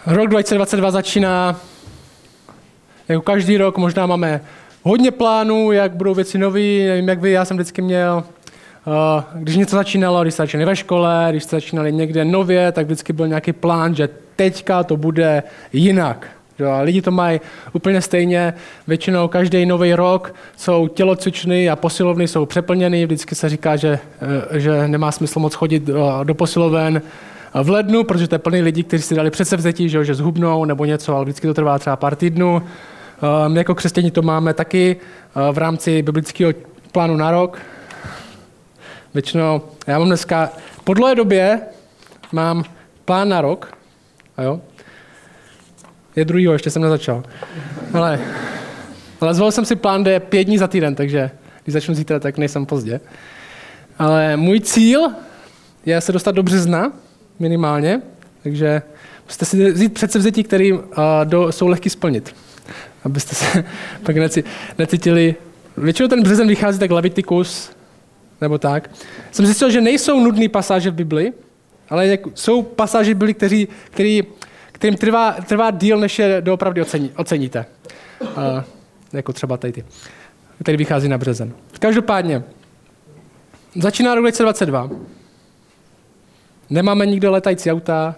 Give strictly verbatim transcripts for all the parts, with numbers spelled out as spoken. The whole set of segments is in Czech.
Rok dva tisíce dvacet dva začíná, jako každý rok, možná máme hodně plánů, jak budou věci nový, nevím jak vy, já jsem vždycky měl, když něco začínalo, když se začínali ve škole, když se začínali někde nově, tak vždycky byl nějaký plán, že teďka to bude jinak. A lidi to mají úplně stejně, většinou každý nový rok jsou tělocvičny a posilovny jsou přeplněny, vždycky se říká, že, že nemá smysl moc chodit do, do posiloven v lednu, protože to je plný lidí, kteří si dali předsevzetí, že, že zhubnou nebo něco, ale vždycky to trvá třeba pár týdnů. My jako křesťané to máme taky v rámci biblického plánu na rok. Většinou, já mám dneska, po dlouhé době mám plán na rok, a jo, je druhýho, ještě jsem nezačal. Ale, ale zvolil jsem si plán, kde je pět dní za týden, takže když začnu zítra, tak nejsem pozdě. Ale můj cíl je se dostat do března, minimálně, takže musíte si vzít předsevzetí, které uh, do, jsou lehký splnit, abyste se pak necítili. Většinou ten březen vychází tak Levitikus, nebo tak. Jsem zjistil, že nejsou nudné pasáže v Bibli, ale jak, jsou pasáže v Bibli, který, který, kterým trvá, trvá díl, než je doopravdy ocení, oceníte. Uh, jako třeba tady ty, který vychází na březen. Každopádně, začíná rok dva tisíce dvacet dva. Nemáme nikdo letající auta,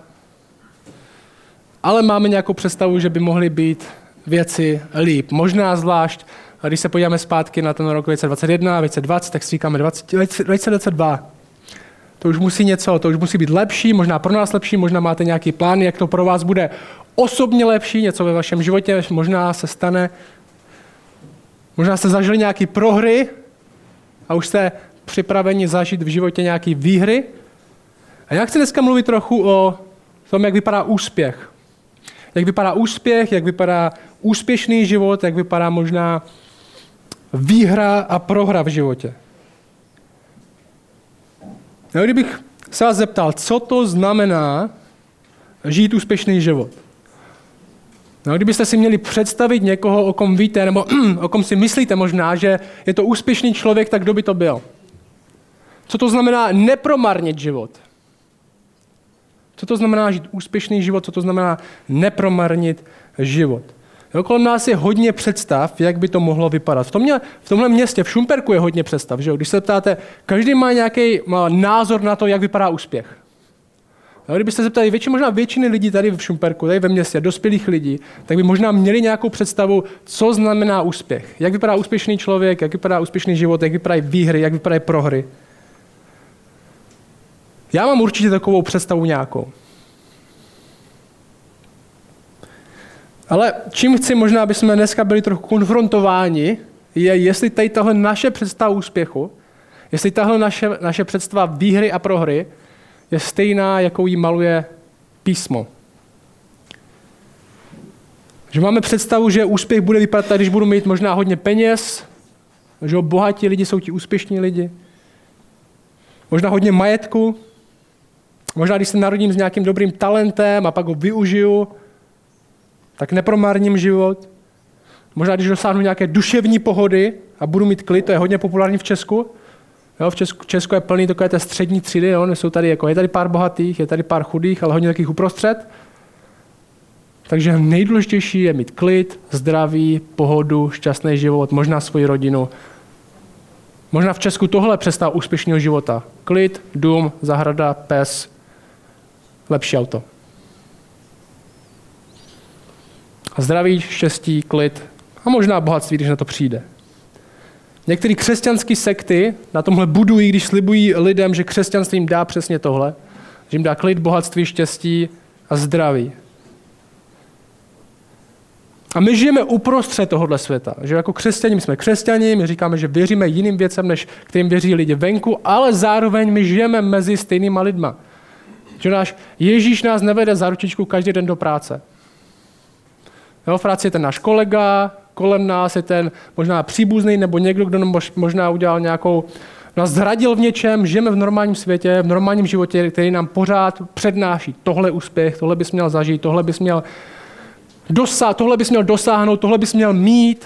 ale máme nějakou představu, že by mohly být věci líp. Možná zvlášť, když se podíváme zpátky na ten rok dva tisíce dvacet jedna, dva tisíce dvacet, tak si říkáme dva tisíce dvacet dva. To už musí něco, to už musí být lepší, možná pro nás lepší, možná máte nějaký plán, jak to pro vás bude osobně lepší, něco ve vašem životě, možná se stane, možná jste zažili nějaké prohry a už jste připraveni zažít v životě nějaké výhry. A já chci dneska mluvit trochu o tom, jak vypadá úspěch. Jak vypadá úspěch, jak vypadá úspěšný život, jak vypadá možná výhra a prohra v životě. No, kdybych se vás zeptal, co to znamená žít úspěšný život. No, kdybyste si měli představit někoho, o kom víte, nebo o kom si myslíte možná, že je to úspěšný člověk, tak kdo by to byl? Co to znamená nepromarnit život? Co to znamená žít úspěšný život? Co to znamená nepromarnit život? Jo, kolem nás je hodně představ, jak by to mohlo vypadat. V, tomhle, v tomhle městě, v Šumperku je hodně představ. Že jo? Když se ptáte, každý má nějaký má názor na to, jak vypadá úspěch. Jo, kdybyste se zeptali větši, možná většiny lidí tady v Šumperku, tady ve městě, dospělých lidí, tak by možná měli nějakou představu, co znamená úspěch. Jak vypadá úspěšný člověk, jak vypadá úspěšný život, jak vypadají výhry, jak vypadají prohry. Já mám určitě takovou představu nějakou. Ale čím chci možná, aby jsme dneska byli trochu konfrontováni, je, jestli tady tahle naše představa úspěchu, jestli tahle naše, naše představa výhry a prohry je stejná, jakou jí maluje písmo. Že máme představu, že úspěch bude vypadat tak, když budu mít možná hodně peněz, že bohatí lidi jsou ti úspěšní lidi, možná hodně majetku, možná když se narodím s nějakým dobrým talentem a pak ho využiju, tak nepromarním život. Možná když dosáhnu nějaké duševní pohody a budu mít klid, to je hodně populární v Česku. Jo, v Česku, Česku je plný takové té střední třídy, jo, jsou tady, jako, je tady pár bohatých, je tady pár chudých, ale hodně takových uprostřed. Takže nejdůležitější je mít klid, zdraví, pohodu, šťastný život, možná svoji rodinu. Možná v Česku tohle představa úspěšného života. Klid, dům, zahrada, pes, lepší auto. A zdraví, štěstí, klid a možná bohatství, když na to přijde. Některé křesťanské sekty na tomhle budují, když slibují lidem, že křesťanství jim dá přesně tohle, že jim dá klid, bohatství, štěstí a zdraví. A my žijeme uprostřed tohohle světa. Že jako křesťani, my jsme křesťani, my říkáme, že věříme jiným věcem, než kterým věří lidi venku, ale zároveň my žijeme mezi stejnýma lidma. Že náš Ježíš nás nevede za ručičku každý den do práce. Jo, v práci je ten náš kolega, kolem nás je ten možná příbuzný nebo někdo, kdo nám možná udělal nějakou, nás zradil v něčem, žijeme v normálním světě, v normálním životě, který nám pořád přednáší. Tohle úspěch, tohle bys měl zažít, tohle bys měl dosáhnout, tohle bys měl dosáhnout, tohle bys měl mít.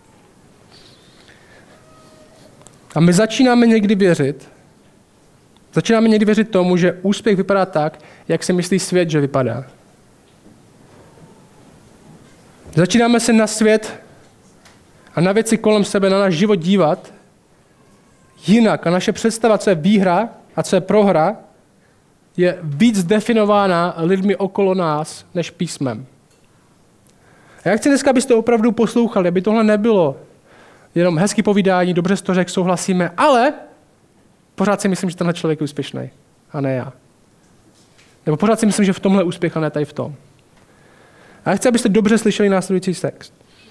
A my začínáme někdy věřit, Začínáme někdy věřit tomu, že úspěch vypadá tak, jak si myslí svět, že vypadá. Začínáme se na svět a na věci kolem sebe, na náš život dívat jinak. A naše představa, co je výhra a co je prohra, je víc definována lidmi okolo nás, než písmem. A já chci dneska, abyste opravdu poslouchali, aby tohle nebylo jenom hezký povídání, dobře to řekl, souhlasíme, ale pořád si myslím, že tenhle člověk je úspěšný, a ne já. Nebo pořád si myslím, že v tomhle úspěch a ne tady v tom. A já chci, abyste dobře slyšeli následující text.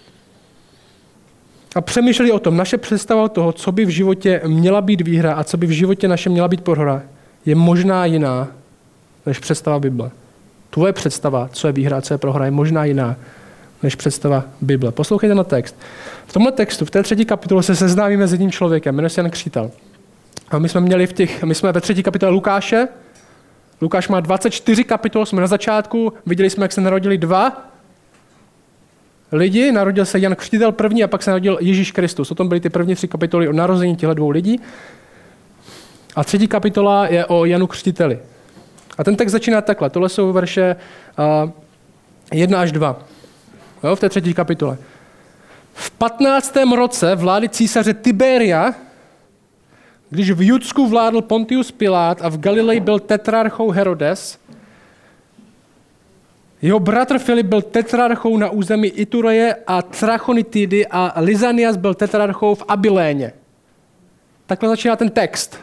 A přemýšleli o tom, naše představa o toho, co by v životě měla být výhra a co by v životě našem měla být prohra, je možná jiná než představa Bible. Tvoje představa, co je výhra a co je prohra, je možná jiná než představa Bible. Poslouchejte na text. V tomhle textu, v té třetí kapitole se seznámíme s jedním člověkem, jmenuje se Jan Křtitel. A my jsme měli v těch, my jsme ve třetí kapitole Lukáše. Lukáš má dvacet čtyři kapitol, jsme na začátku, viděli jsme, jak se narodili dva lidi, narodil se Jan Křtitel první a pak se narodil Ježíš Kristus. O tom byly ty první tři kapitoly o narození těchto dvou lidí. A třetí kapitola je o Janu Křtiteli. A ten text začíná takhle. Tohle jsou verše uh, jedna až dva. Jo, v té třetí kapitole. V patnáctém roce vlády císaře Tiberia, když v Judsku vládl Pontius Pilát a v Galileji byl tetrarchou Herodes, jeho bratr Filip byl tetrarchou na území Itureje a Trachonitidy a Lysanias byl tetrarchou v Abiléně. Takhle začíná ten text.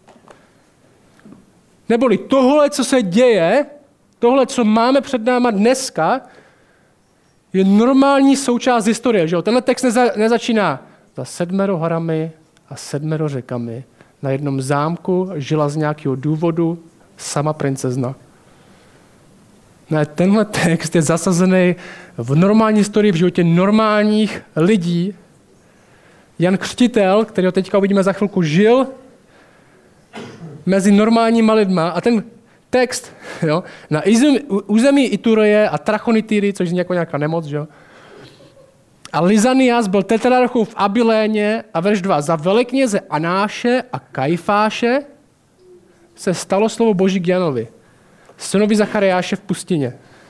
Neboli tohle, co se děje, tohle, co máme před náma dneska, je normální součást historie. Že jo? Tenhle text neza, nezačíná za sedmero horami a sedmero řekami. Na jednom zámku žila z nějakého důvodu sama princezna. Ne, tenhle text je zasazený v normální historii, v životě normálních lidí. Jan Křtitel, kterého teďka uvidíme za chvilku, žil mezi normálníma lidma a ten text, jo, na území Itureje a Trachonitidy, což je jako nějaká nemoc, jo. A Lysanias byl tetrarchou v Abiléně a verš dva. Za velekněze Anáše a Kajfáše se stalo slovo Boží k Janovi, synovi Zachariáše v pustině.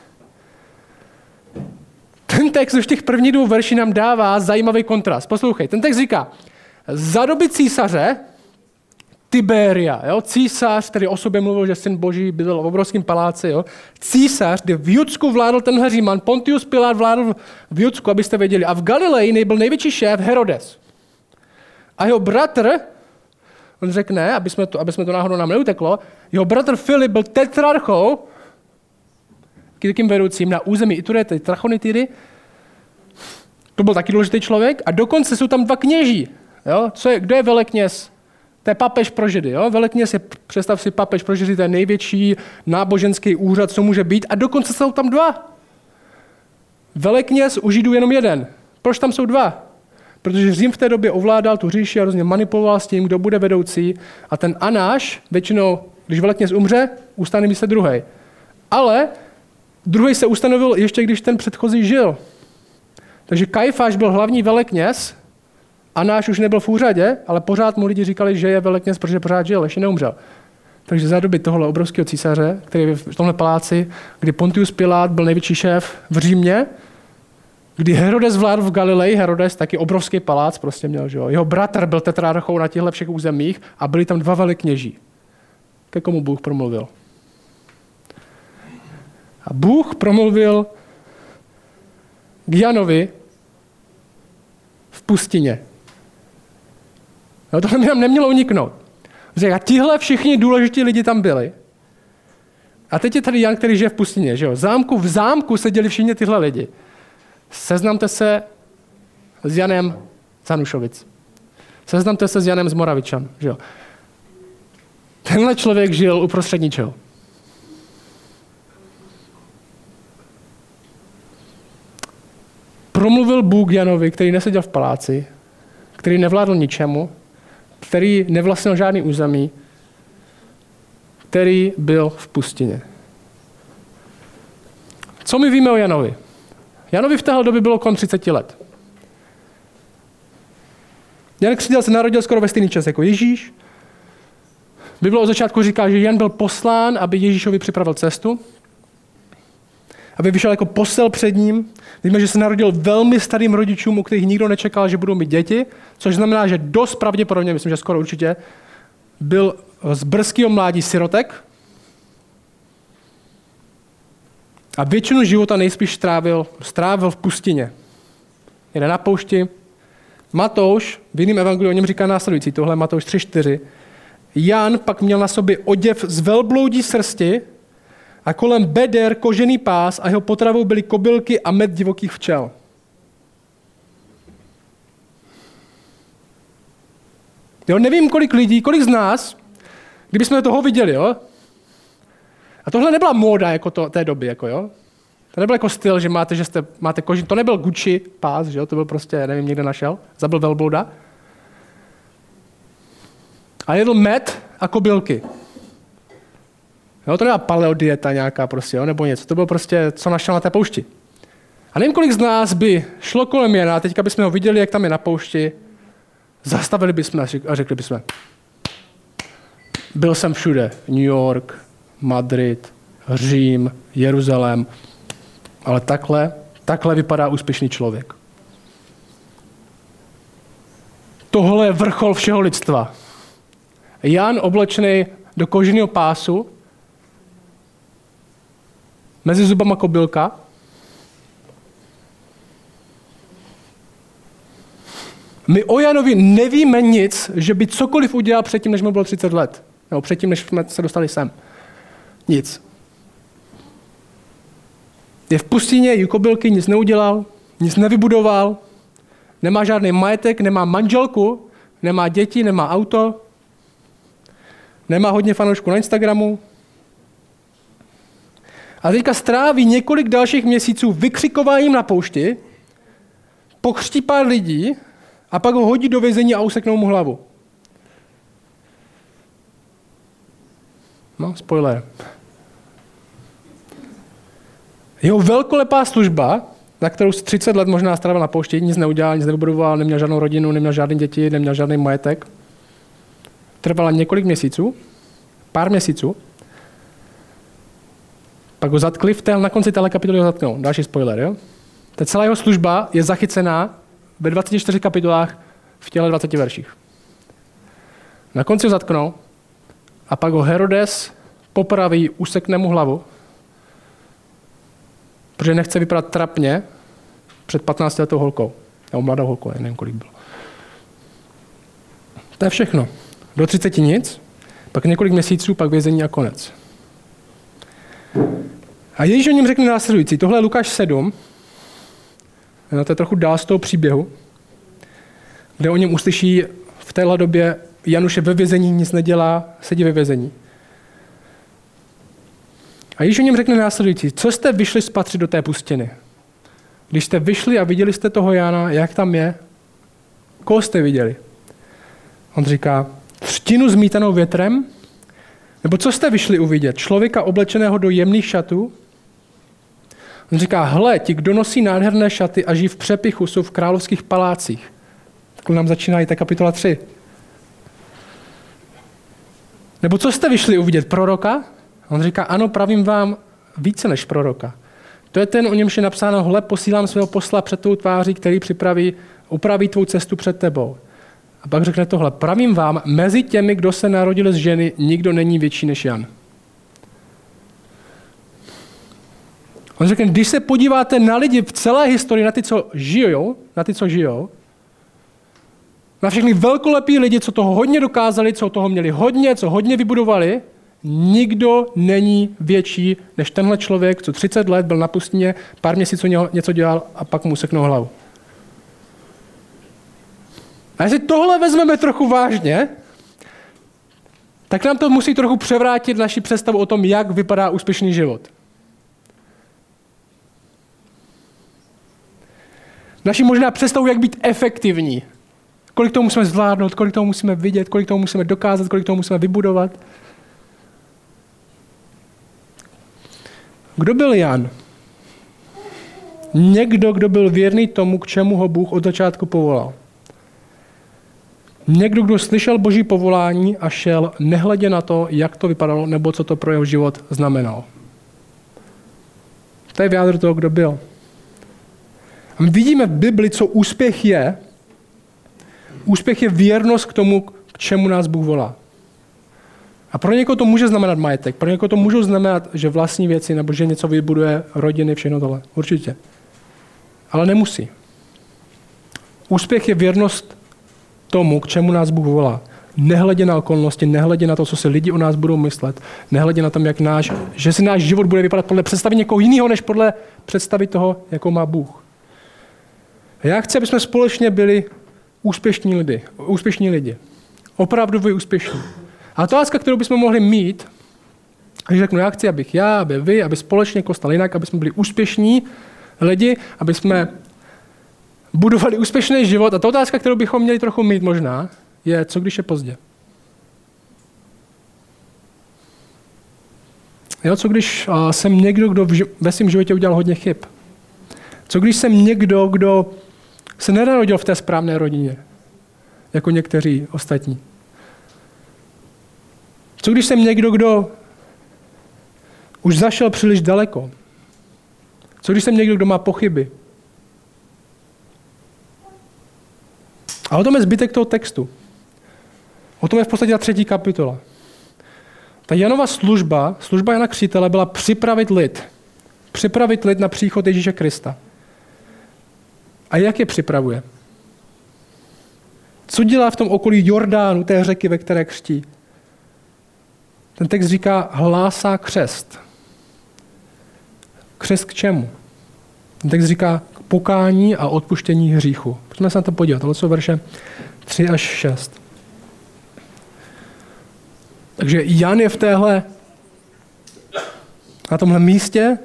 Ten text už těch prvních dvou verší nám dává zajímavý kontrast. Poslouchej, ten text říká, za doby císaře Tiberia, jo? Císař, který o sobě mluvil, že syn Boží bydlel v obrovském paláci. Jo? Císař, kde v Judsku vládl tenhle Říman, Pontius Pilát vládl v Judsku, abyste věděli. A v Galileji byl největší šéf Herodes. A jeho bratr, on řekne, aby jsme to, aby jsme to náhodou nám neuteklo, jeho bratr Filip byl tetrarchou, takým vedoucím na území Itureje, tedy Trachonitidy. To byl taky důležitý člověk. A dokonce jsou tam dva kněží. Jo? Co je, kdo je velekněz? To je papež pro Židy. Jo? Velekněz je, představ si, papež pro Židy, to je největší náboženský úřad, co může být. A dokonce jsou tam dva. Velekněz u Židů jenom jeden. Proč tam jsou dva? Protože Řím v té době ovládal tu říši a různě manipuloval s tím, kdo bude vedoucí. A ten Anáš, většinou, když velekněz umře, ustane místo druhý. Ale druhý se ustanovil ještě, když ten předchozí žil. Takže Kajfáš byl hlavní velekněz, Anáš už nebyl v úřadě, ale pořád mu lidi říkali, že je velekněz, protože pořád žil, ještě neumřel. Takže za doby tohle obrovského císaře, který je v tomhle paláci, kdy Pontius Pilát byl největší šéf v Římě, kdy Herodes vládl v Galileji, Herodes taky obrovský palác prostě měl, že jo. Jeho bratr byl tetrarchou na těchto všech územích a byli tam dva velekněží. Ke komu Bůh promluvil? A Bůh promluvil k Janovi v pustině. No, tohle mi nám nemělo uniknout. Řekl, a tihle všichni důležití lidi tam byli. A teď je tady Jan, který žije v pustině. Že jo? Zámku, v zámku seděli všichni tyhle lidi. Seznamte se s Janem z Hanušovic. Seznamte se s Janem z Moravičan. Že jo? Tenhle člověk žil uprostřed ničeho. Promluvil Bůh Janovi, který neseděl v paláci, který nevládl ničemu, který nevlastnil žádný území, který byl v pustině. Co my víme o Janovi? Janovi v téhle době bylo kolem třicet let. Jan Křtitel se narodil skoro ve stejný čas jako Ježíš. Bible od začátku říká, že Jan byl poslán, aby Ježíšovi připravil cestu, aby vyšel jako posel před ním. Víme, že se narodil velmi starým rodičům, u kterých nikdo nečekal, že budou mít děti, což znamená, že dost pravděpodobně, myslím, že skoro určitě, byl z brzkého mládí sirotek a většinu života nejspíš strávil, strávil v pustině. Jde na poušti. Matouš, v jiném evangeliu o něm říká následující, tohle je Matouš tři čtyři. Jan pak měl na sobě oděv z velbloudí srsti a kolem beder kožený pás a jeho potravou byly kobylky a med divokých včel. Jo, nevím, kolik lidí, kolik z nás, kdybychom toho viděli, jo? A tohle nebyla móda jako to, té doby, jako jo? To nebyl jako styl, že máte, že jste, máte kožin, to nebyl Gucci pás, že jo? To byl prostě, nevím, někde našel, zabil velblouda. A jedl med a kobylky. Jo, to nebyla paleodieta nějaká prostě, jo, nebo něco. To bylo prostě, co našel na té poušti. A nevím, kolik z nás by šlo kolem Jana, teďka bychom ho viděli, jak tam je na poušti, zastavili bychom a řekli bychom, byl jsem všude. New York, Madrid, Řím, Jeruzalém, ale takhle, takhle vypadá úspěšný člověk. Tohle je vrchol všeho lidstva. Jan oblečený do koženého pásu, mezi zubama kobylka. My o Janovi nevíme nic, že by cokoliv udělal předtím, než mu bylo třicet let. Nebo předtím, než jsme se dostali sem. Nic. Je v pustině, jí kobylky, nic neudělal, nic nevybudoval, nemá žádný majetek, nemá manželku, nemá děti, nemá auto, nemá hodně fanoušků na Instagramu. A teďka stráví několik dalších měsíců vykřikováním na poušti, pokřtí pár lidí a pak ho hodí do vězení a useknou mu hlavu. No, spoiler. Jeho velkolepá služba, na kterou třicet let možná strávil na poušti, nic neudělal, nic nevybudoval, neměl žádnou rodinu, neměl žádné děti, neměl žádný majetek, trvala několik měsíců, pár měsíců, pak ho zatkli, v té, na konci téhle kapitoly ho zatknou. Další spoiler, jo? Ta celá jeho služba je zachycená ve dvaceti čtyřech kapitolách v těle dvaceti verších. Na konci ho zatknou a pak ho Herodes popraví, usekne mu hlavu, protože nechce vypadat trapně před patnáctiletou holkou. Nebo mladou holkou, nevím, kolik bylo. To je všechno. Do třiceti nic, pak několik měsíců, pak vězení a konec. A Ježíš o něm řekne následující. Tohle je Lukáš sedm. No, to je trochu dál z toho příběhu, kde o něm uslyší v téhle době Januš je ve vězení, nic nedělá, sedí ve vězení. A Ježíš o něm řekne následující. Co jste vyšli spatřit do té pustiny? Když jste vyšli a viděli jste toho Jana, jak tam je, koho jste viděli? On říká, třtinu zmítanou větrem? Nebo co jste vyšli uvidět? Člověka oblečeného do jemných šatů? On říká, hle, ti, kdo nosí nádherné šaty a žijí v přepichu, jsou v královských palácích. Takhle nám začíná i ta kapitola tři. Nebo co jste vyšli uvidět? Proroka? On říká, ano, pravím vám více než proroka. To je ten, o němž je napsáno, hle, posílám svého posla před tou tváří, který připraví, upraví tvou cestu před tebou. A pak řekne tohle, pravím vám, mezi těmi, kdo se narodili z ženy, nikdo není větší než Jan. On řekne, když se podíváte na lidi v celé historii, na ty, co žijou, na ty, co žijou, na všechny velkolepí lidi, co toho hodně dokázali, co toho měli hodně, co hodně vybudovali, nikdo není větší než tenhle člověk, co třicet let byl na pustině, pár měsíců něco dělal a pak mu seknul hlavu. A jestli tohle vezmeme trochu vážně, tak nám to musí trochu převrátit naši představu o tom, jak vypadá úspěšný život. Naši možná představu, jak být efektivní. Kolik toho musíme zvládnout, kolik toho musíme vidět, kolik toho musíme dokázat, kolik toho musíme vybudovat. Kdo byl Jan? Někdo, kdo byl věrný tomu, k čemu ho Bůh od začátku povolal. Někdo, kdo slyšel Boží povolání a šel nehledě na to, jak to vypadalo, nebo co to pro jeho život znamenalo. To je vyjádr toho, kdo byl. A my vidíme v Bibli, co úspěch je. Úspěch je věrnost k tomu, k čemu nás Bůh volá. A pro někoho to může znamenat majetek, pro někoho to může znamenat, že vlastní věci, nebo že něco vybuduje, rodiny, všechno tohle. Určitě. Ale nemusí. Úspěch je věrnost tomu, k čemu nás Bůh volá. Nehledě na okolnosti, nehledě na to, co si lidi o nás budou myslet, nehledě na tom, jak náš, že si náš život bude vypadat podle představy někoho jiného, než podle představy toho, jakou má Bůh. A já chci, aby jsme společně byli úspěšní lidi. Úspěšní lidi. Opravdu úspěšní. A to otázka, kterou bychom mohli mít, když řeknu, já chci, abych já, aby vy, aby společně kostel jinak, aby jsme byli úspěšní lidi, aby jsme budovali úspěšný život. A ta otázka, kterou bychom měli trochu mít možná, je, co když je pozdě. Jo, co když uh, jsem někdo, kdo v, ve svém životě udělal hodně chyb? Co když jsem někdo, kdo se nenarodil v té správné rodině, jako někteří ostatní? Co když jsem někdo, kdo už zašel příliš daleko? Co když jsem někdo, kdo má pochyby? A o tom je zbytek toho textu. O tom je v podstatě ta třetí kapitola. Ta Janova služba, služba Jana Křtitele byla připravit lid. Připravit lid na příchod Ježíše Krista. A jak je připravuje? Co dělá v tom okolí Jordánu, té řeky, ve které křtí? Ten text říká, hlásá křest. Křest k čemu? Ten text říká k pokání a odpuštění hříchu. Pojďme se na to podívat. Tohle jsou verše tři až šest. Takže Jan je v téhle, na tomhle místě,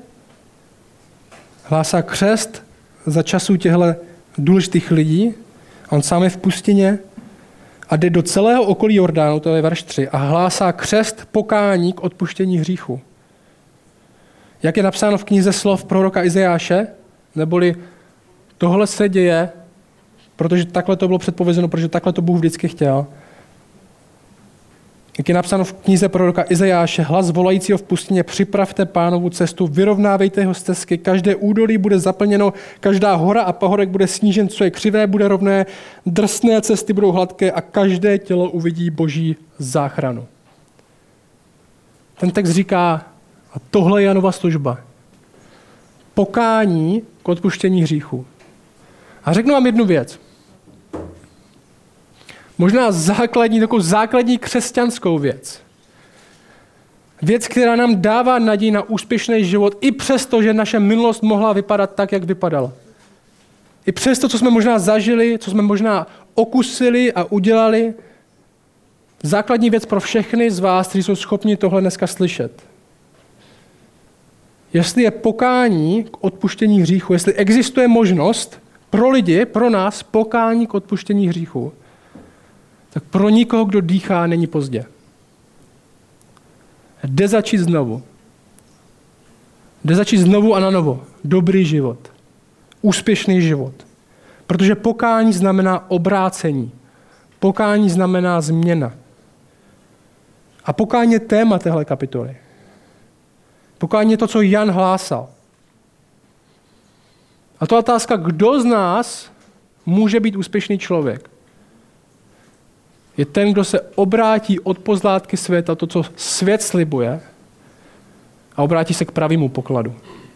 hlásá křest za časů těchto důležitých lidí. On sám je v pustině a jde do celého okolí Jordánu, to je verš tři, a hlásá křest pokání k odpuštění hříchu. Jak je napsáno v knize slov proroka Izajáše, neboli tohle se děje, protože takhle to bylo předpovězeno, protože takhle to Bůh vždycky chtěl. Jak je napsáno v knize proroka Izajáše, hlas volajícího v pustině, připravte Pánovu cestu, vyrovnávejte jeho stezky, každé údolí bude zaplněno, každá hora a pahorek bude snížen, co je křivé, bude rovné, drsné cesty budou hladké a každé tělo uvidí Boží záchranu. Ten text říká, a tohle je Janova služba. Pokání k odpuštění hříchu. A řeknu vám jednu věc. Možná základní, takovou základní křesťanskou věc. Věc, která nám dává naději na úspěšný život, i přesto, že naše minulost mohla vypadat tak, jak vypadala. I přesto, co jsme možná zažili, co jsme možná okusili a udělali. Základní věc pro všechny z vás, kteří jsou schopni tohle dneska slyšet. Jestli je pokání k odpuštění hříchu, jestli existuje možnost pro lidi, pro nás, pokání k odpuštění hříchu, tak pro nikoho, kdo dýchá, není pozdě. Jde začít znovu. Jde začít znovu a na novo. Dobrý život. Úspěšný život. Protože pokání znamená obrácení. Pokání znamená změna. A pokání je téma téhle kapitoly. Pokání je to, co Jan hlásal. A to je otázka, kdo z nás může být úspěšný člověk. Je ten, kdo se obrátí od pozlátky světa, to, co svět slibuje, a obrátí se k pravému pokladu.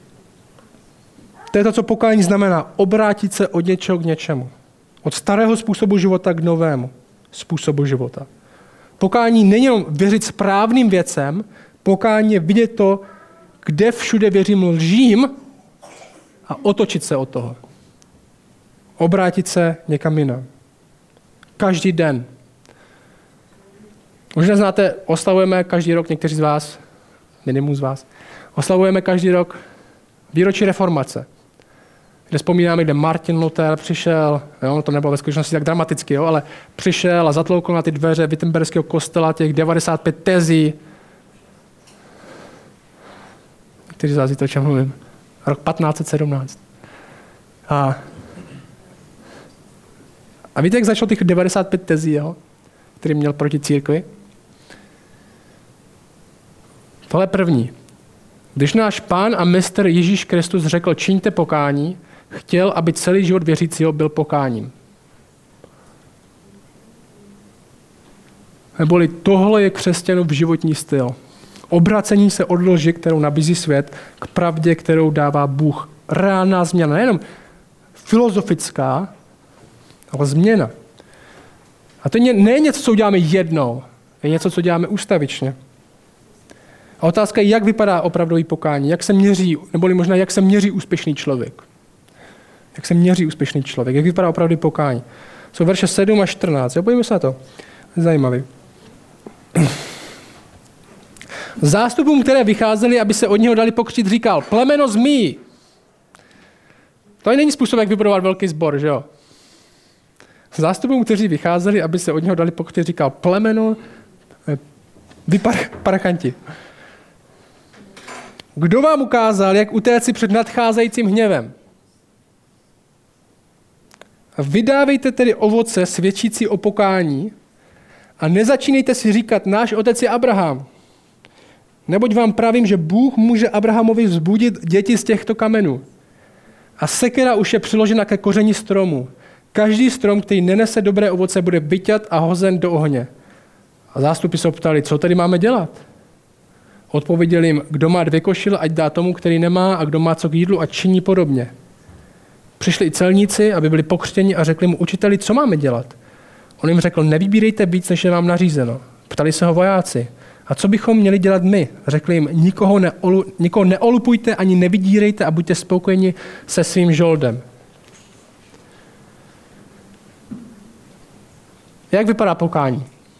To je to, co pokání znamená. Obrátit se od něčeho k něčemu. Od starého způsobu života k novému způsobu života. Pokání není jenom věřit správným věcem, pokání je vidět to, kde všude věřím lžím a otočit se od toho. Obrátit se někam jinam. Každý den. Možná znáte, oslavujeme každý rok, někteří z vás, minimum z vás, oslavujeme každý rok výročí reformace, kde vzpomínáme, kde Martin Luther přišel, jo, to nebylo ve skutečnosti tak dramaticky, jo, ale přišel a zatloukl na ty dveře Wittenberského kostela těch devadesát pět tezí. Kteří z vás víte, o čem mluvím? Rok patnáct set sedmnáct. A, A víte, jak začalo těch devadesát pět tezí, jeho, který měl proti církvi? Tohle první. Když náš Pán a mistr Ježíš Kristus řekl, čiňte pokání, chtěl, aby celý život věřícího byl pokáním. Neboli tohle je křesťanův životní styl. Obracení se od lži, kterou nabízí svět, k pravdě, kterou dává Bůh. Reálná změna, nejenom filozofická, ale změna. A to nie je něco, co uděláme jednou, je něco, co děláme ústavičně. A otázka je, jak vypadá opravdový pokání, jak se měří, neboli možná, jak se měří úspěšný člověk. Jak se měří úspěšný člověk, jak vypadá opravdový pokání. Jsou verše sedm a čtrnáct, jo, pojďme se na to. Zajímavý. Zástupům, které vycházeli, aby se od něho dali pokřtít, říkal, plemeno zmí. To není způsob, jak vybudovat velký sbor, že jo? Zástupům, kteří vycházeli, aby se od něho dali pokřtít, říkal, plemeno, vy parachanti. Kdo vám ukázal, jak utéci před nadcházejícím hněvem? Vydávejte tedy ovoce svědčící o pokání a nezačínejte si říkat, náš otec je Abraham. Neboť vám pravím, že Bůh může Abrahamovi vzbudit děti z těchto kamenů. A sekera už je přiložena ke kořeni stromu. Každý strom, který nenese dobré ovoce, bude vyťat a hozen do ohně. A zástupy se ptali, co tady máme dělat? Odpověděl jim, kdo má dvě košile, ať dá tomu, který nemá, a kdo má co k jídlu, ať činí podobně. Přišli i celníci, aby byli pokřtěni a řekli mu, učiteli, co máme dělat? On jim řekl, nevybírejte víc, než je vám nařízeno. Ptali se ho vojáci. A co bychom měli dělat my? Řekli jim, nikoho, neolu, nikoho neolupujte ani nevydírejte a buďte spokojeni se svým žoldem. Jak vypadá pokání?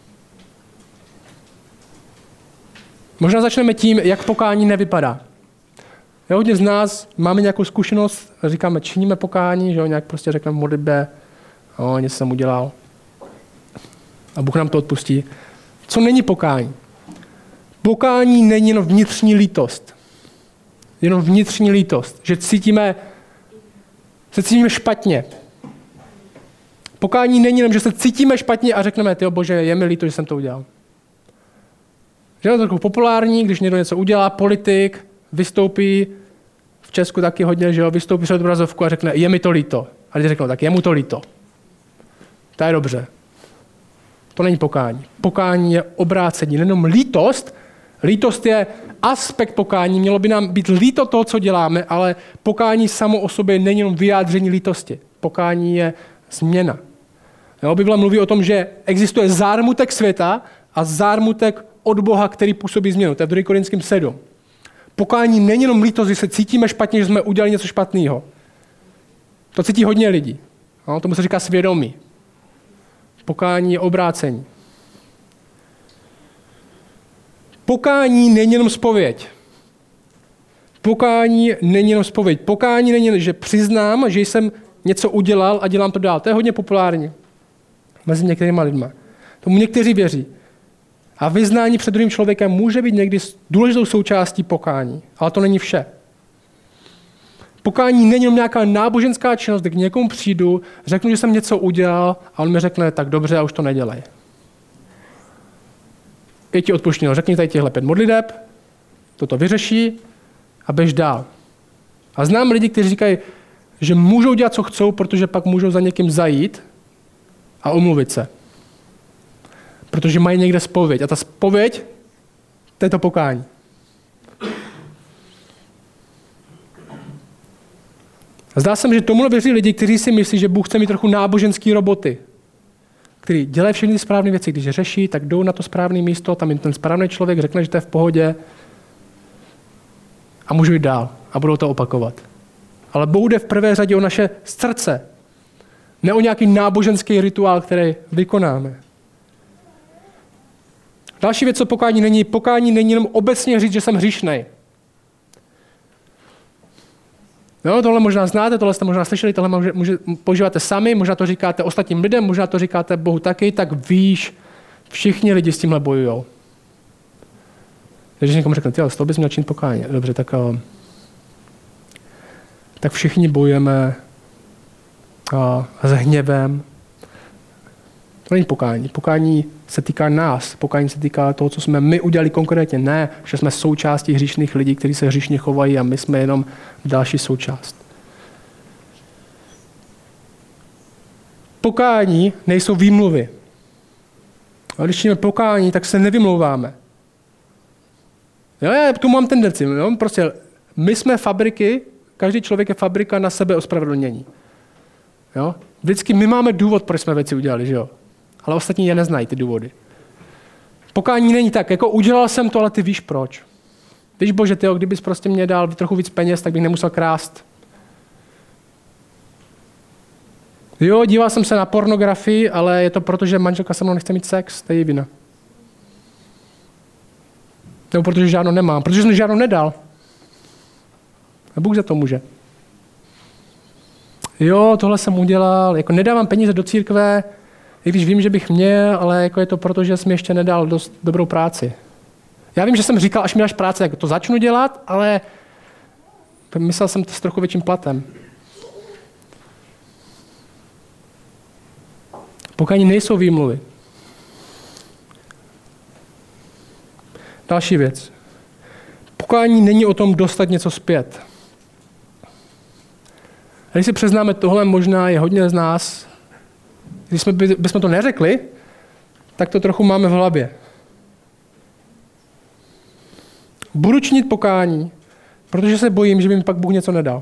Možná začneme tím, jak pokání nevypadá. Je hodně z nás, máme nějakou zkušenost, říkáme, činíme pokání, že jo, nějak prostě řekneme modlitbě, o, něco jsem udělal. A Bůh nám to odpustí. Co není pokání? Pokání není jenom vnitřní lítost. Jenom vnitřní lítost, že cítíme, se cítíme špatně. Pokání není jenom, že se cítíme špatně a řekneme, tyjo Bože, je mi líto, že jsem to udělal. Že je to trochu populární, když někdo něco udělá, politik, vystoupí, v Česku taky hodně, že jo, vystoupí před obrazovku a řekne, je mi to líto. A lidi řeknou, tak je mu to líto. To je dobře. To není pokání. Pokání je obrácení. Nejenom lítost, lítost je aspekt pokání, mělo by nám být líto toho, co děláme, ale pokání samo o sobě není jenom vyjádření lítosti. Pokání je změna. Jo, Bible mluví o tom, že existuje zármutek světa a zármutek od Boha, který působí změnu. To je v druhém Korinským sedm. Pokání není jenom lítost, že se cítíme špatně, že jsme udělali něco špatného. To cítí hodně lidí. No, tomu se říká svědomí. Pokání je obrácení. Pokání není jenom zpověď. Pokání není jenom zpověď. Pokání není jenom, že přiznám, že jsem něco udělal a dělám to dál. To je hodně populární mezi některýma lidma. Tomu někteří věří. A vyznání před druhým člověkem může být někdy důležitou součástí pokání, ale to není vše. Pokání není jenom nějaká náboženská činnost, kde k někomu přijdu, řeknu, že jsem něco udělal a on mi řekne, tak dobře, a už to nedělej. Je ti odpuštěno, řekni tady těchhle pět modliteb, toto vyřeší a běž dál. A znám lidi, kteří říkají, že můžou dělat, co chcou, protože pak můžou za někým zajít a omluvit se. Protože mají někde zpověď. A ta zpověď, to je to pokání. Zdá se mi, že tomuhle věří lidi, kteří si myslí, že Bůh chce mít trochu náboženský roboty, který dělají všechny ty správné věci. Když řeší, tak jdou na to správné místo, tam jim ten správný člověk řekne, že to je v pohodě a můžou jít dál a budou to opakovat. Ale Bůh jde v prvé řadě o naše srdce, ne o nějaký náboženský rituál, který vykonáme. Další věc, co pokání není, pokání není jenom obecně říct, že jsem hříšnej. No, tohle možná znáte, tohle jste možná slyšeli, tohle může, může, používáte sami, možná to říkáte ostatním lidem, možná to říkáte Bohu taky, tak víš, všichni lidi s tímhle bojujou. Když někomu řekne, ty, z toho bys měl činit pokání. Dobře, tak, tak všichni bojujeme a, s hněvem, To není pokání. Pokání se týká nás. Pokání se týká toho, co jsme my udělali konkrétně. Ne, že jsme součástí hříšných lidí, kteří se hříšně chovají a my jsme jenom další součást. Pokání nejsou výmluvy. A když činíme pokání, tak se nevymlouváme. Jo, já tu mám tendenci. Jo? Prostě my jsme fabriky, každý člověk je fabrika na sebe ospravedlnění. Jo? Vždycky my máme důvod, proč jsme věci udělali, že jo? Ale ostatní je neznají, ty důvody. Pokání není tak, jako udělal jsem to, ale ty víš proč. Víš, Bože, tyjo, kdybys prostě mě dal trochu víc peněz, tak bych nemusel krást. Jo, díval jsem se na pornografii, ale je to proto, že manželka se mnou nechce mít sex, to je její vina. Nebo protože žádnou nemám, protože jsem žádnou nedal. A Bůh za to může. Jo, tohle jsem udělal, jako nedávám peníze do církve, i když vím, že bych měl, ale jako je to proto, že jsem ještě nedal dost dobrou práci. Já vím, že jsem říkal, až mi dáš práci, jako to začnu dělat, ale myslel jsem to s trochu větším platem. Pokání nejsou výmluvy. Další věc. Pokání není o tom dostat něco zpět. A když si přiznáme tohle, možná je hodně z nás, když jsme, by, bychom to neřekli, tak to trochu máme v hlavě. Budu činit pokání, protože se bojím, že by mi pak Bůh něco nedal.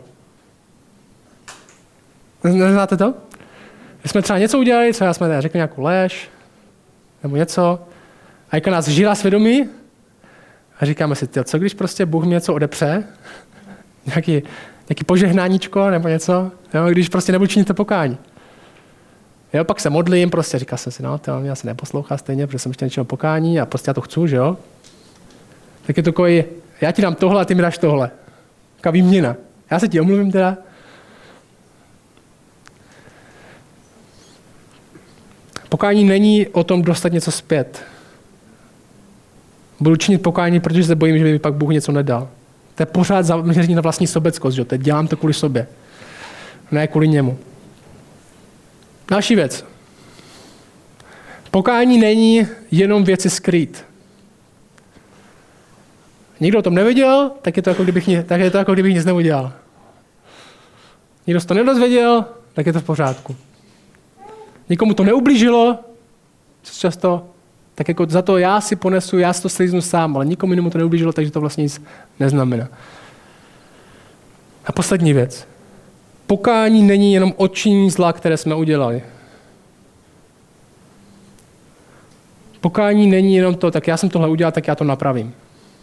Neznáte to? Když jsme třeba něco udělali, třeba jsme řekli nějakou lež, nebo něco, a jako nás žírá svědomí, a říkáme si, co když prostě Bůh mi něco odepře, nějaký, nějaký požehnáníčko nebo něco, jo, když prostě nebudu činit to pokání. Jo, pak se modlím, prostě říkal jsem si, no, to mě asi neposlouchá stejně, protože jsem ještě něčeho pokání a prostě já to chci, že jo. Tak je to takový, já ti dám tohle a ty mi dáš tohle. Taková výměna. Já se ti omluvím teda. Pokání není o tom dostat něco zpět. Budu činit pokání, protože se bojím, že by mi pak Bůh něco nedal. To je pořád zaměření na vlastní sobeckost, že? Teď dělám to kvůli sobě. Ne kvůli němu. Další věc. Pokání není jenom věci skrýt. Nikdo o tom nevěděl, tak je to jako kdybych, tak je to jako kdybych nic neudělal. Nikdo se to nedozvěděl, tak je to v pořádku. Nikomu to neublížilo, často, tak jako za to já si ponesu, já si to slíznu sám, ale nikomu jinému to neublížilo, takže to vlastně nic neznamená. A poslední věc. Pokání není jenom odčinění zla, které jsme udělali. Pokání není jenom to, tak já jsem tohle udělal, tak já to napravím.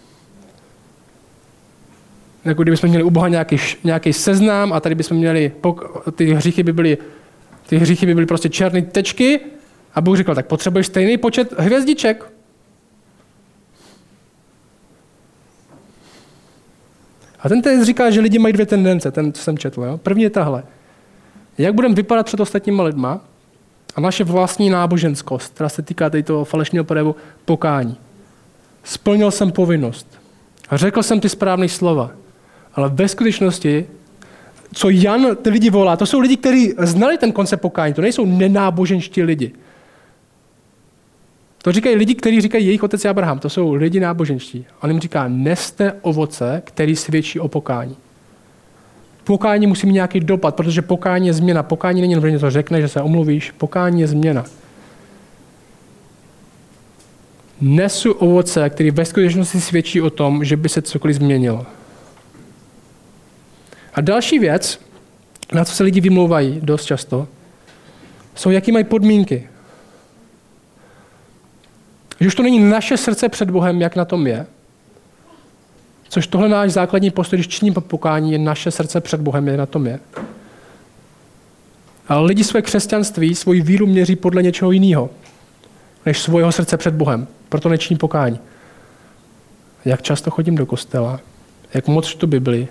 Jako kdybychom měli u Boha nějaký, nějaký seznam a tady bychom měli, ty hříchy by byly, ty hříchy by byly prostě černé tečky a Bůh řekl, tak potřebuješ stejný počet hvězdiček. A ten text říká, že lidi mají dvě tendence, ten, co jsem četl. Jo? První je tahle. Jak budeme vypadat před ostatníma lidma a naše vlastní náboženskost, která se týká tady toho falešného projevu pokání. Splnil jsem povinnost. A řekl jsem ty správné slova. Ale ve skutečnosti, co Jan ty lidi volá, to jsou lidi, kteří znali ten koncept pokání. To nejsou nenáboženští lidi. To říkají lidi, kteří říkají jejich otec je Abraham. To jsou lidi náboženští. On jim říká, neste ovoce, který svědčí o pokání. Pokání musí mít nějaký dopad, protože pokání je změna. Pokání není jenom, že něco řekne, že se omluvíš. Pokání je změna. Nesu ovoce, který ve skutečnosti svědčí o tom, že by se cokoliv změnilo. A další věc, na co se lidi vymlouvají dost často, jsou, jaký mají podmínky. Že už to není naše srdce před Bohem, jak na tom je. Což tohle náš základní postoj, když činím pokání, je naše srdce před Bohem, jak na tom je. Ale lidi své křesťanství, svoji víru měří podle něčeho jiného, než svého srdce před Bohem. Proto nečiní pokání. Jak často chodím do kostela, jak moc čtu Bibli,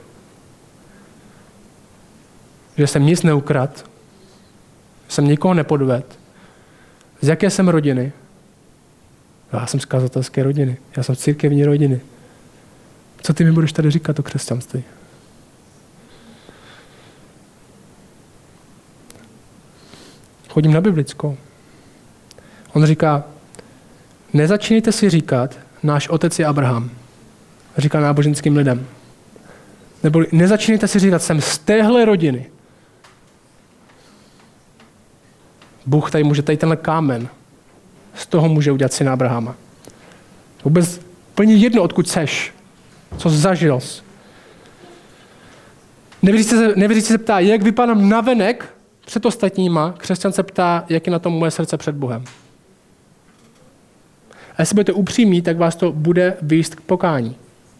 že jsem nic neukradl, že jsem nikoho nepodvedl, z jaké jsem rodiny. Já jsem z kazatelské rodiny, já jsem z církevní rodiny. Co ty mi budeš tady říkat o křesťanství? Chodím na biblickou. On říká, nezačínejte si říkat, náš otec je Abraham. Říká náboženským lidem. Nebo nezačínejte si říkat, jsem z téhle rodiny. Bůh tady může, tady tenhle kámen, z toho může udělat syna Abrahama. Vůbec plně jedno, odkud seš, co jsi zažil. Nevěřící se, nevěřící se ptá, jak vypadám navenek před ostatníma, křesťan se ptá, jak je na tom moje srdce před Bohem. A jestli budete upřímní, tak vás to bude vést k pokání.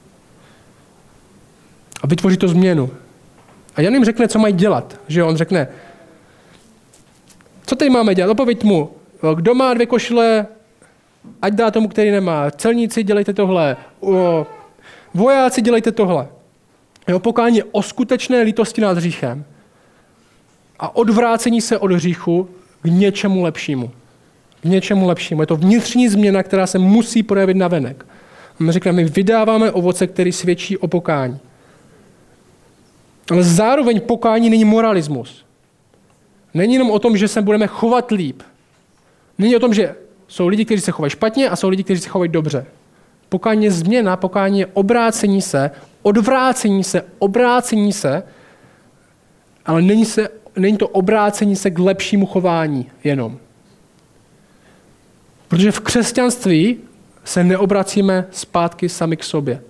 A vytvoří to změnu. A Jan jim řekne, co mají dělat. Že on řekne, co tady máme dělat? Opověď mu, kdo má dvě košile, ať dá tomu, který nemá. Celníci, dělejte tohle. Vojáci, dělejte tohle. Jo, pokání o skutečné lítosti nad hříchem a odvrácení se od hříchu k něčemu lepšímu. K něčemu lepšímu. Je to vnitřní změna, která se musí projevit navenek. My říkáme, my vydáváme ovoce, který svědčí o pokání. Ale zároveň pokání není moralismus. Není jenom o tom, že se budeme chovat líp. Není o tom, že jsou lidi, kteří se chovají špatně a jsou lidi, kteří se chovají dobře. Pokání je změna, pokání je obrácení se, odvrácení se, obrácení se, ale není, se, není to obrácení se k lepšímu chování jenom. Protože v křesťanství se neobracíme zpátky sami k sobě.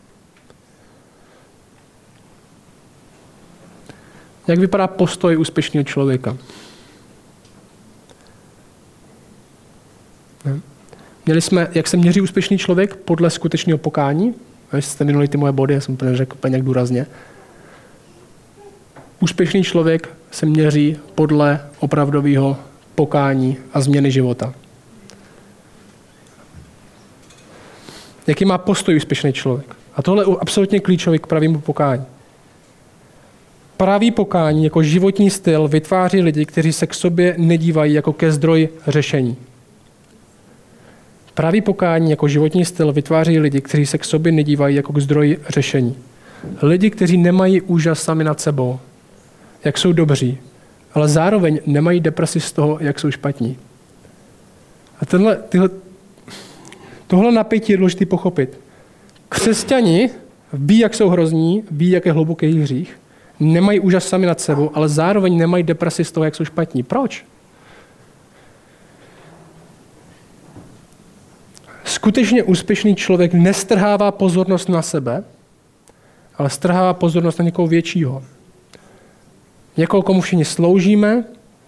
Jak vypadá postoj úspěšného člověka? Měli jsme, jak se měří úspěšný člověk podle skutečného pokání. Když jste minuli ty moje body, já jsem úplně řekl úplně nějak důrazně. Úspěšný člověk se měří podle opravdového pokání a změny života. Jaký má postoj úspěšný člověk? A tohle je absolutně klíčový k pravému pokání. Pravý pokání jako životní styl vytváří lidi, kteří se k sobě nedívají jako ke zdroji řešení. Pravý pokání jako životní styl vytváří lidi, kteří se k sobě nedívají jako k zdroji řešení. Lidi, kteří nemají úžas sami nad sebou, jak jsou dobří, ale zároveň nemají depresi z toho, jak jsou špatní. A tenhle, tyhle, tohle napětí je důležité pochopit. Křesťani ví, jak jsou hrozní, ví, jak je hluboký jejich hřích, nemají úžas sami nad sebou, ale zároveň nemají depresi z toho, jak jsou špatní. Proč? Skutečně úspěšný člověk nestrhává pozornost na sebe, ale strhává pozornost na někoho většího. Někoho, komu všichni sloužíme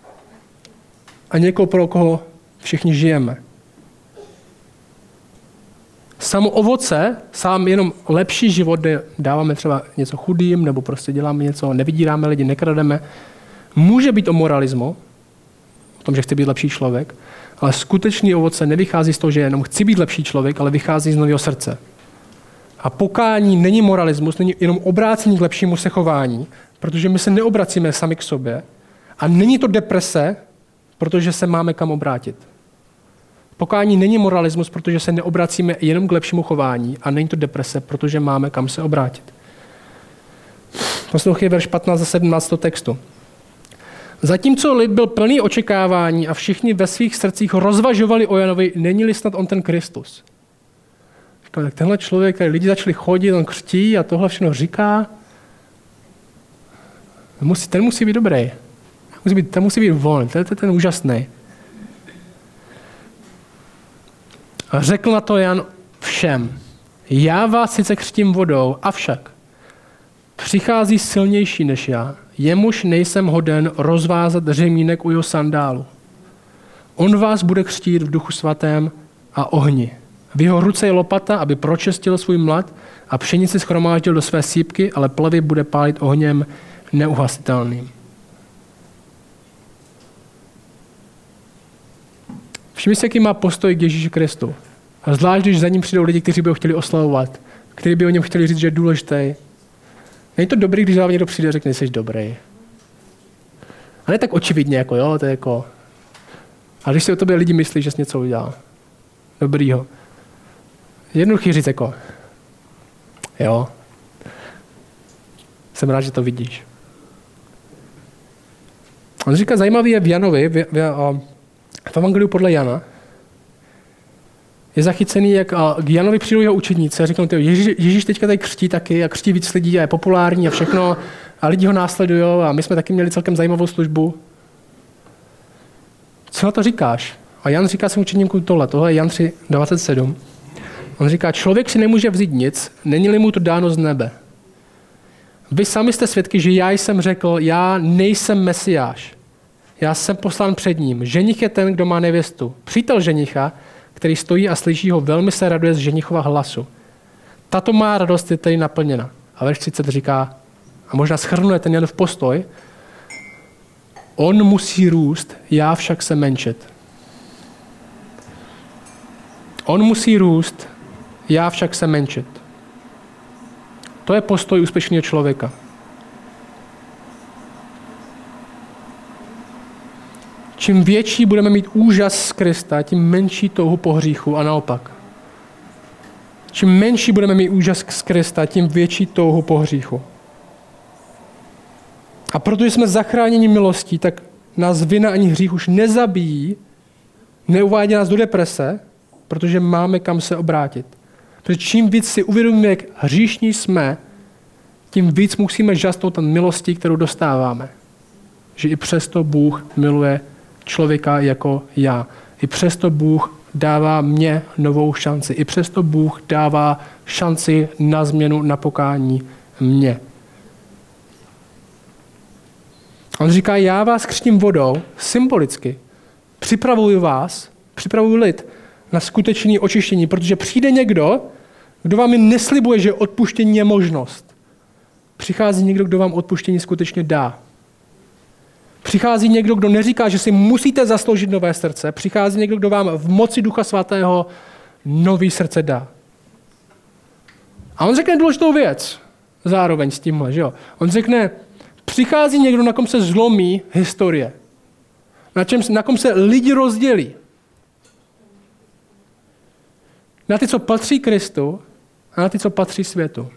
a někoho, pro koho všichni žijeme. Samo ovoce, sám jenom lepší život, kde dáváme třeba něco chudým, nebo prostě děláme něco, nevydíráme lidi, nekrademe, může být o moralismu, o tom, že chci být lepší člověk, ale skutečný ovoce nevychází z toho, že jenom chci být lepší člověk, ale vychází z nového srdce. A pokání není moralismus, není jenom obrácení k lepšímu se chování, protože my se neobracíme sami k sobě a není to deprese, protože se máme kam obrátit. Pokání není moralismus, protože se neobracíme jenom k lepšímu chování a není to deprese, protože máme kam se obrátit. Poslouchej verš patnáct a sedmnáct textu. Zatímco lid byl plný očekávání a všichni ve svých srdcích rozvažovali o Janovi, není-li snad on ten Kristus. Říkal, tak tenhle člověk, který lidi začali chodit, on křtí a tohle všechno říká, musí, ten musí být dobrý. Musí být, ten musí být on, ten je ten úžasný. A řekl na to Jan všem, já vás sice křtím vodou, avšak přichází silnější než já, jemuž nejsem hoden rozvázat řemínek u jeho sandálu. On vás bude křtít v duchu svatém a ohni. V jeho ruce je lopata, aby pročistil svůj mlad a pšenici shromáždil do své sýpky, ale plevy bude pálit ohněm neuhasitelným. Všimni si, jaký má postoj k Ježíši Kristu. A zvlášť, když za ním přijdou lidi, kteří by ho chtěli oslavovat, kteří by o něm chtěli říct, že je důležitý. Není to dobrý, když za někdo přijde a řekne, jsi dobrý. A ne tak očividně, jako jo, to je jako... A když si o tobě lidi myslí, že jsi něco udělal dobrýho. Jednoduchý říct jako, jo, jsem rád, že to vidíš. On říká, zajímavý je v Janovi, v, v, v Evangeliu podle Jana, je zachycený, jak k Janovi přijdou jeho učedníci a říkají, Ježíš, Ježíš teďka tady křtí taky a křtí víc lidí a je populární a všechno a lidi ho následují a my jsme taky měli celkem zajímavou službu. Co na to říkáš? A Jan říká svým učedníkům tohle, tohle je Jan tři dvacet sedm. On říká, člověk si nemůže vzít nic, není-li mu to dáno z nebe. Vy sami jste svědky, že já jsem řekl, já nejsem Mesiáš. Já jsem poslán před ním. Ženich je ten, kdo má nevěstu. Přítel ženicha, který stojí a slyší ho, velmi se raduje z ženichova hlasu. Tato má radost je tady naplněna. A verš třicet říká, a možná shrnuje ten Janův postoj, on musí růst, já však se menšit. On musí růst, já však se menšit. To je postoj úspěšného člověka. Čím větší budeme mít úžas z Krista, tím menší touhu po hříchu a naopak. Čím menší budeme mít úžas z Krista, tím větší touhu po hříchu. A protože jsme zachráněni milostí, tak nás vina ani hřích už nezabíjí, neuvádí nás do deprese, protože máme kam se obrátit. Protože čím víc si uvědomíme, jak hříšní jsme, tím víc musíme žasnout na milostí, kterou dostáváme. Že i přesto Bůh miluje člověka jako já. I přesto Bůh dává mně novou šanci. I přesto Bůh dává šanci na změnu, na pokání mně. On říká, já vás křtím vodou, symbolicky. Připravuji vás, připravuji lid na skutečné očištění, protože přijde někdo, kdo vám jen neslibuje, že odpuštění je možnost. Přichází někdo, kdo vám odpuštění skutečně dá. Přichází někdo, kdo neříká, že si musíte zasloužit nové srdce. Přichází někdo, kdo vám v moci Ducha Svatého nový srdce dá. A on řekne důležitou věc zároveň s tímhle, že jo? On řekne, přichází někdo, na kom se zlomí historie. Na, čem, na kom se lidi rozdělí. Na ty, co patří Kristu a na ty, co patří světu.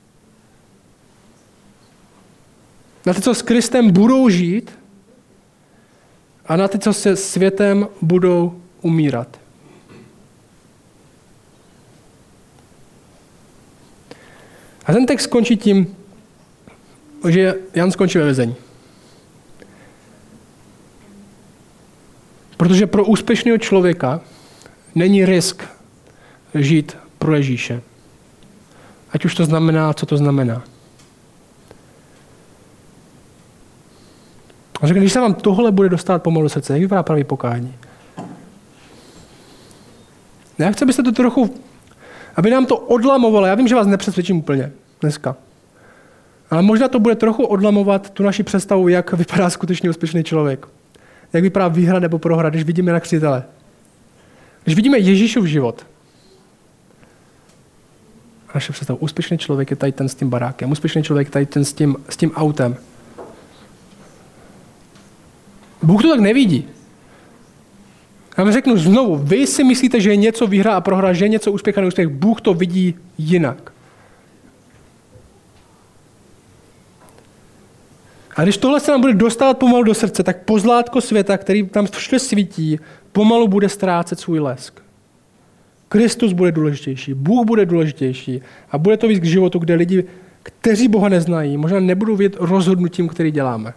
Na ty, co s Kristem budou žít a na ty, co se světem budou umírat. A ten text skončí tím, že Jan skončí ve vězení. Protože pro úspěšného člověka není risk žít pro Ježíše. Ať už to znamená, co to znamená. A řekne, když se vám tohle bude dostat pomalu do srdce, jak vypadá pravý pokání? Já chci, abyste to trochu, aby nám to odlamovalo. Já vím, že vás nepřesvědčím úplně dneska. Ale možná to bude trochu odlamovat tu naši představu, jak vypadá skutečně úspěšný člověk. Jak vypadá výhra nebo prohra, když vidíme na křtitele. Když vidíme Ježíšův život. A naše představa, úspěšný člověk je tady ten s tím barákem, úspěšný člověk je tady ten s tím, s tím autem. Bůh to tak nevidí. Já vám řeknu znovu, vy si myslíte, že je něco výhra a prohra, že je něco úspěch a neúspěch. Bůh to vidí jinak. A když tohle se nám bude dostávat pomalu do srdce, tak pozlátko světa, který tam všude svítí, pomalu bude ztrácet svůj lesk. Kristus bude důležitější, Bůh bude důležitější a bude to víc k životu, kde lidi, kteří Boha neznají, možná nebudou vědět rozhodnutím, který děláme.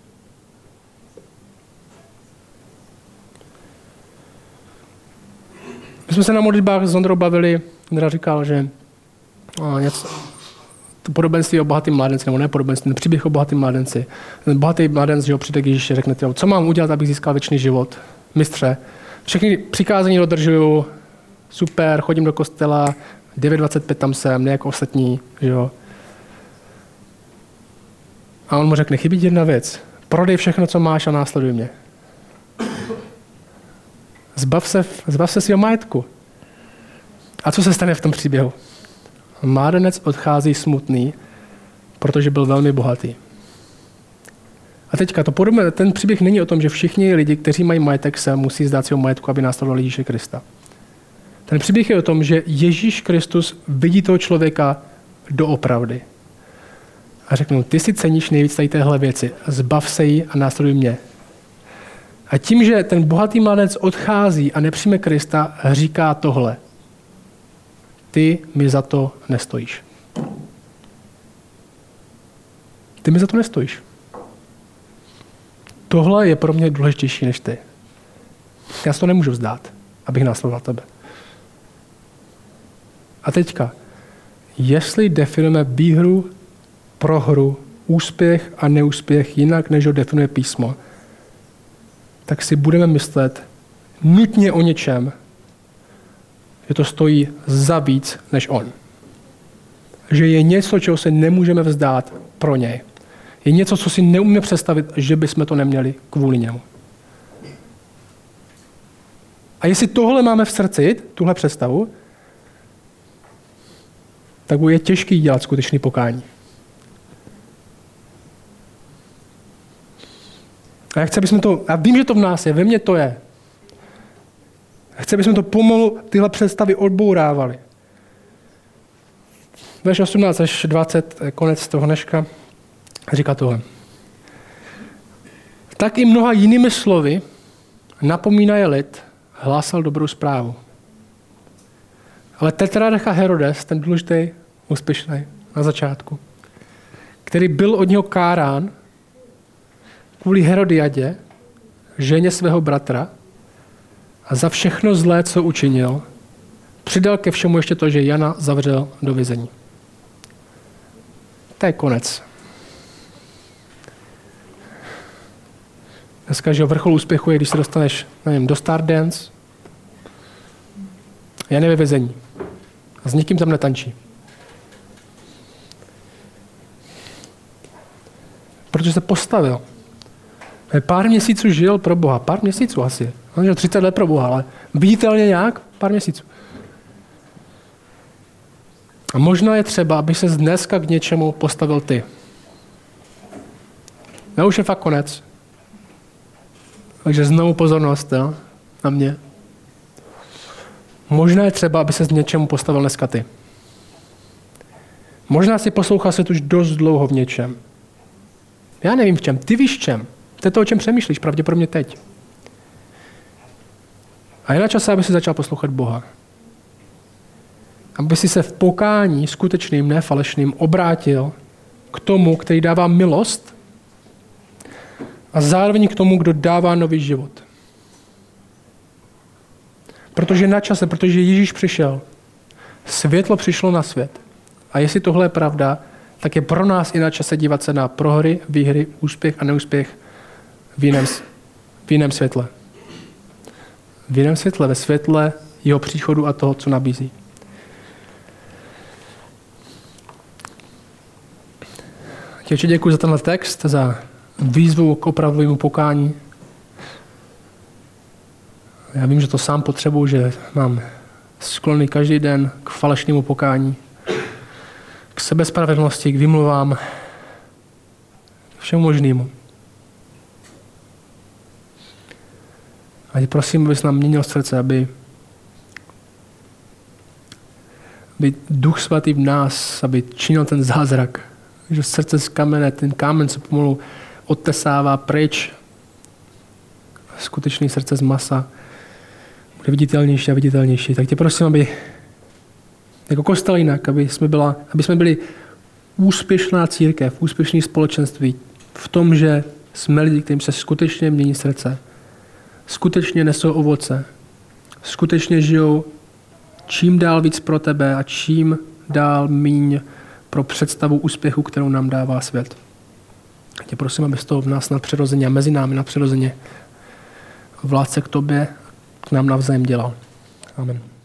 My jsme se na modlitbách s Ondrou bavili, Ondra říkal, že o, něco, to podobenství o bohatým mládenci, nebo ne podobenství, příběh o bohatým mládenci. Ten bohatý mládenec, že ho přijde k Ježíši, řekne, co mám udělat, abych získal věčný život? Mistře, všechny přikázání dodržuju, super, chodím do kostela, devět dvacet pět tam jsem, ne jako ostatní, že jo. A on mu řekne, chybí jedna věc, prodej všechno, co máš a následuj mě. Zbav se, zbav se svého majetku. A co se stane v tom příběhu? Mládenec odchází smutný, protože byl velmi bohatý. A teďka to podobné, ten příběh není o tom, že všichni lidi, kteří mají majetek, se musí zdát svého majetku, aby následovali Ježíše Krista. Ten příběh je o tom, že Ježíš Kristus vidí toho člověka doopravdy. A řeknu, ty si ceníš nejvíc tady téhle věci, zbav se jí a následuj mě. A tím, že ten bohatý mládenec odchází a nepřijme Krista, říká tohle. ty mi za to nestojíš. Ty mi za to nestojíš. Tohle je pro mě důležitější než ty. Já si to nemůžu vzdát, abych následoval tebe. A teďka, jestli definujeme výhru, prohru, úspěch a neúspěch jinak, než ho definuje písmo, tak si budeme myslet nutně o něčem, že to stojí za víc než on. Že je něco, čeho se nemůžeme vzdát pro něj. Je něco, co si neumíme představit, že bychom to neměli kvůli němu. A jestli tohle máme v srdci, tuhle představu, tak bude těžký dělat skutečný pokání. A já chci, abychom to, já vím, že to v nás je, ve mně to je. Já chci, abychom to pomalu tyhle představy odbourávali. Verš osmnáct až dvacet, konec toho dneška, říká tohle. Tak i mnoha jinými slovy napomínaje lid, hlásal dobrou zprávu. Ale tetrarcha Herodes, ten důležitý, úspěšný na začátku, který byl od něho kárán kvůli Herodiadě, ženě svého bratra, a za všechno zlé, co učinil, přidal ke všemu ještě to, že Jana zavřel do vězení. To je konec. Dneska, že vrchol úspěchu je, když se dostaneš, nevím, do Stardance, Jan je ve vězení. A s nikým tam netančí. Protože se postavil. Pár měsíců žil pro Boha. Pár měsíců asi. On žil třicet let pro Boha, ale viditelně nějak pár měsíců. A možná je třeba, aby se dneska k něčemu postavil ty. No už je fakt konec. Takže znovu pozornost, jo, na mě. Možná je třeba, aby se k něčemu postavil dneska ty. Možná si poslouchal svět už dost dlouho v něčem. Já nevím v čem. Ty víš v čem. To je to, o čem přemýšlíš, pravděpodobně teď. A je na čase, aby si začal poslouchat Boha. Aby si se v pokání skutečným, ne falešným, obrátil k tomu, který dává milost a zároveň k tomu, kdo dává nový život. Protože na čase, protože Ježíš přišel, světlo přišlo na svět. A jestli tohle je pravda, tak je pro nás i na čase dívat se na prohry, výhry, úspěch a neúspěch v jiném, v jiném světle. V jiném světle, ve světle jeho příchodu a toho, co nabízí. Ještě děkuji za tenhle text, za výzvu k opravdovému pokání. Já vím, že to sám potřebuji, že mám sklony každý den k falešnému pokání, k sebespravedlnosti, k vymluvám, k všemu možnému. A tě prosím, abys nám měnil srdce, aby, aby Duch Svatý v nás, aby činil ten zázrak, že srdce z kamene, ten kámen se pomalu odtesává pryč. Skutečný srdce z masa bude viditelnější a viditelnější. Tak tě prosím, aby jako kostel jinak, aby jsme, byla, aby jsme byli úspěšná církev, úspěšné společenství v tom, že jsme lidi, kterým se skutečně mění srdce, skutečně nesou ovoce, skutečně žijou čím dál víc pro tebe a čím dál míň pro představu úspěchu, kterou nám dává svět. Tě prosím, abys to v nás nadpřirozeně a mezi námi nadpřirozeně v lásce k tobě k nám navzájem dělal. Amen.